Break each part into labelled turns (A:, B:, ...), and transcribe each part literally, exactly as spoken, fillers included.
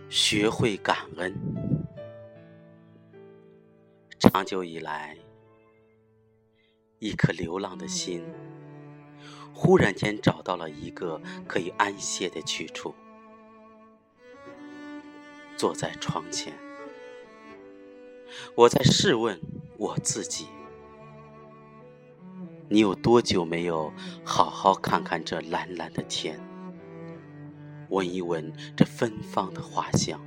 A: 学会感恩。长久以来，一颗流浪的心忽然间找到了一个可以安歇的去处。坐在窗前，我在试问我自己，你有多久没有好好看看这蓝蓝的天，闻一闻这芬芳的花香，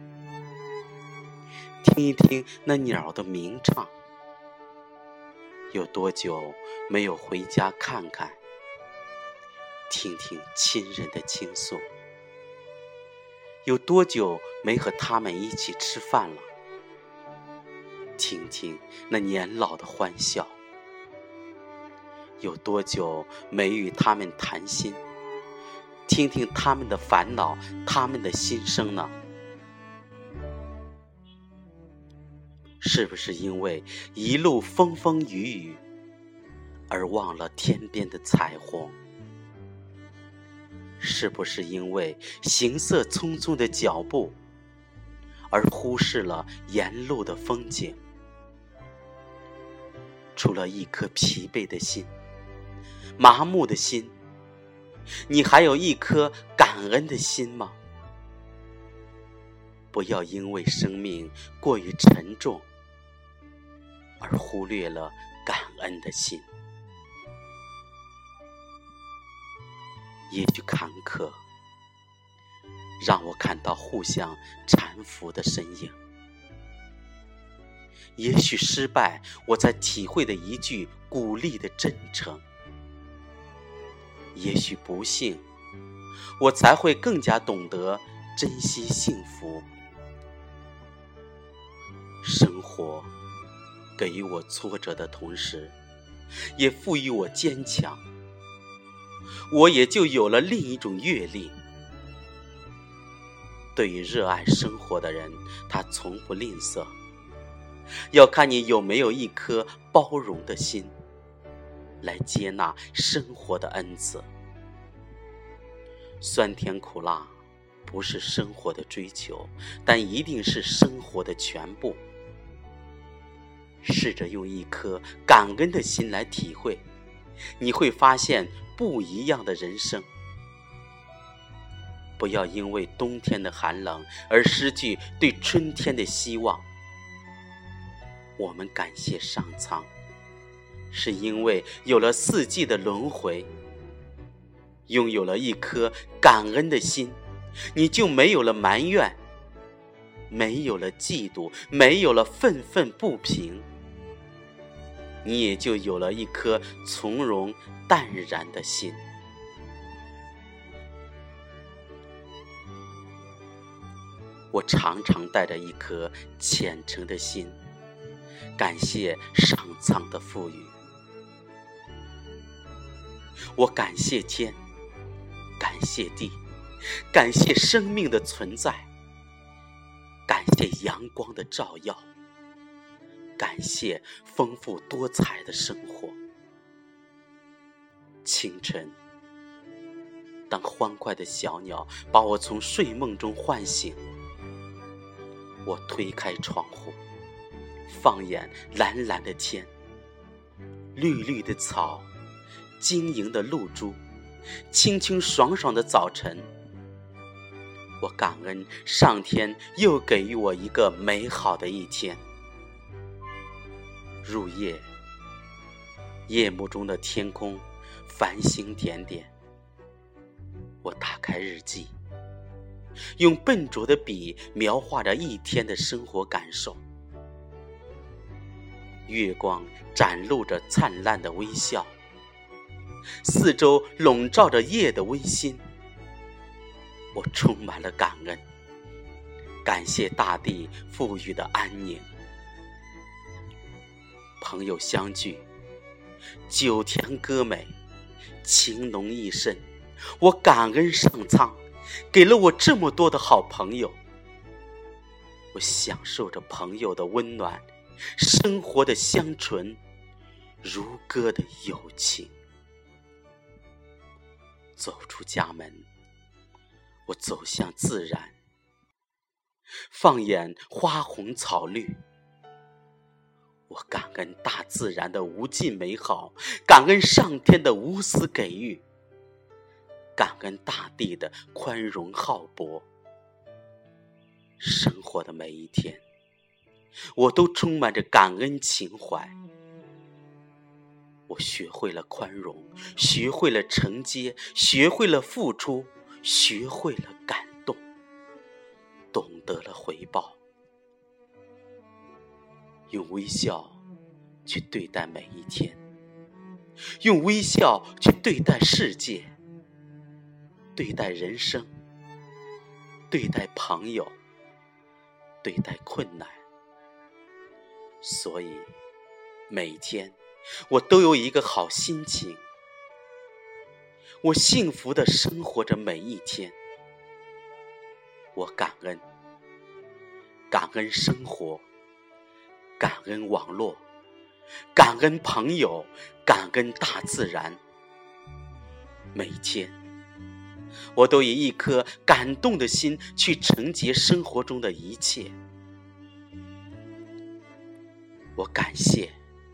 A: 听一听那鸟的鸣唱？有多久没有回家看看，听听亲人的倾诉？有多久没和他们一起吃饭了，听听那年老的欢笑？有多久没与他们谈心，听听他们的烦恼，他们的心声呢？是不是因为一路风风雨雨而忘了天边的彩虹？是不是因为行色匆匆的脚步而忽视了沿路的风景？除了一颗疲惫的心，麻木的心，你还有一颗感恩的心吗？不要因为生命过于沉重而忽略了感恩的心。也许坎坷让我看到互相搀扶的身影，也许失败我才体会的一句鼓励的真诚，也许不幸我才会更加懂得珍惜幸福。生活给予我挫折的同时，也赋予我坚强，我也就有了另一种阅历。对于热爱生活的人，他从不吝啬，要看你有没有一颗包容的心，来接纳生活的恩赐。酸甜苦辣不是生活的追求，但一定是生活的全部。试着用一颗感恩的心来体会，你会发现不一样的人生。不要因为冬天的寒冷而失去对春天的希望。我们感谢上苍，是因为有了四季的轮回。拥有了一颗感恩的心，你就没有了埋怨，没有了嫉妒，没有了愤愤不平，你也就有了一颗从容淡然的心。我常常带着一颗虔诚的心，感谢上苍的赋予。我感谢天，感谢地，感谢生命的存在，感谢阳光的照耀，感谢丰富多彩的生活。清晨，当欢快的小鸟把我从睡梦中唤醒，我推开窗户，放眼蓝蓝的天，绿绿的草，晶莹的露珠，清清爽爽的早晨。我感恩上天又给予我一个美好的一天。入夜，夜幕中的天空繁星点点，我打开日记，用笨拙的笔描画着一天的生活感受。月光展露着灿烂的微笑，四周笼罩着夜的温馨。我充满了感恩，感谢大地赋予的安宁。朋友相聚，酒甜歌美，情浓意深。我感恩上苍给了我这么多的好朋友，我享受着朋友的温暖，生活的香醇，如歌的友情。走出家门，我走向自然， 放眼花红草绿，我感恩大自然的无尽美好，感恩上天的无私给予，感恩大地的宽容浩博。生活的每一天，我都充满着感恩情怀。我学会了宽容，学会了承接，学会了付出，学会了感动，懂得了回报。用微笑去对待每一天，用微笑去对待世界，对待人生，对待朋友，对待困难。所以每天我都有一个好心情，我幸福地生活着每一天。我感恩，感恩生活，感恩网络，感恩朋友，感恩大自然。每天我都以一颗感动的心去承接生活中的一切。我感谢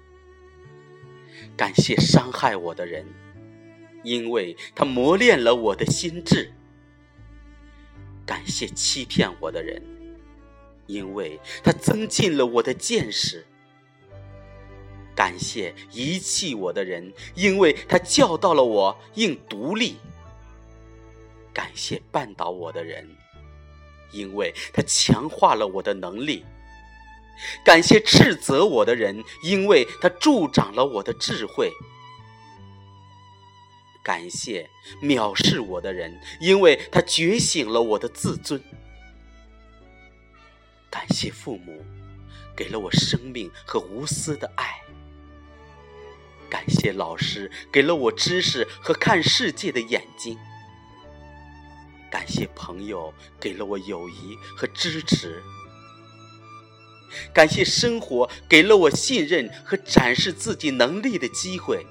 A: 感谢伤害我的人，因为他磨练了我的心智。感谢欺骗我的人，因为他增进了我的见识。感谢遗弃我的人，因为他教导了我应独立。感谢绊倒我的人，因为他强化了我的能力。感谢斥责我的人，因为他助长了我的智慧。感谢藐视我的人，因为他觉醒了我的自尊。感谢父母给了我生命和无私的爱。感谢老师给了我知识和看世界的眼睛。感谢朋友给了我友谊和支持。感谢生活给了我信任和展示自己能力的机会。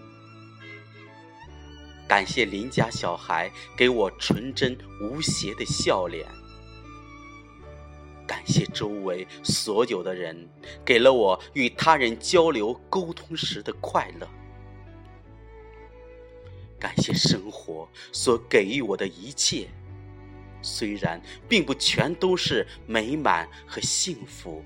A: 感谢邻家小孩给我纯真无邪的笑脸。感谢周围所有的人给了我与他人交流沟通时的快乐。感谢生活所给予我的一切，虽然并不全都是美满和幸福。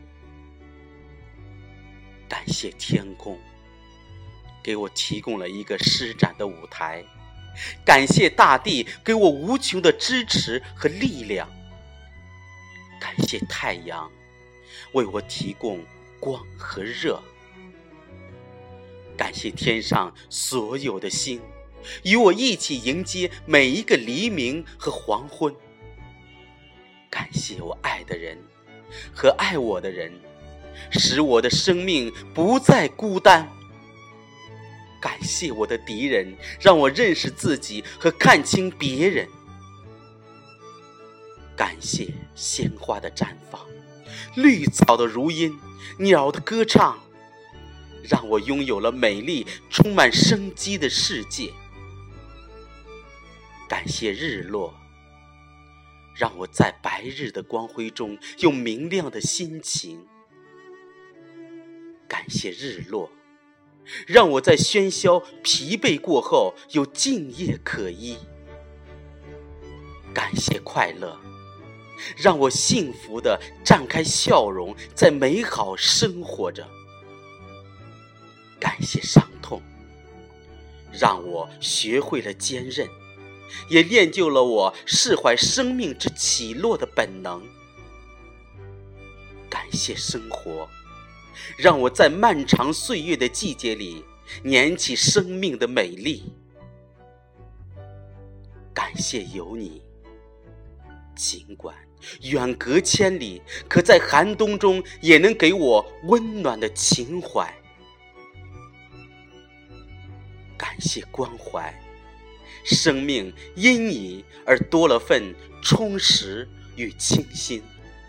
A: 感谢天空给我提供了一个施展的舞台。感谢大地给我无穷的支持和力量。感谢太阳为我提供光和热。感谢天上所有的星与我一起迎接每一个黎明和黄昏。感谢我爱的人和爱我的人，使我的生命不再孤单。感谢我的敌人，让我认识自己和看清别人。感谢鲜花的绽放，绿草的如茵，鸟的歌唱，让我拥有了美丽充满生机的世界。感谢日落，让我在白日的光辉中有明亮的心情。感谢日落，让我在喧嚣疲惫过后有静夜可依。感谢快乐，让我幸福地绽开笑容，在美好生活着。感谢伤痛，让我学会了坚韧，也练就了我释怀生命之起落的本能。感谢生活，让我在漫长岁月的季节里燃起生命的美丽。感谢有你，尽管远隔千里，可在寒冬中也能给我温暖的情怀。感谢关怀，生命因你而多了份充实与清新。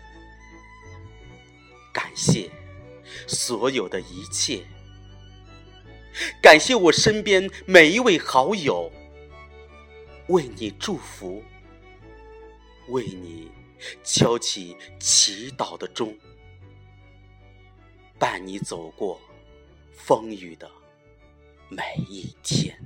A: 感谢所有的一切，感谢我身边每一位好友，为你祝福，为你敲起祈祷的钟，伴你走过风雨的每一天。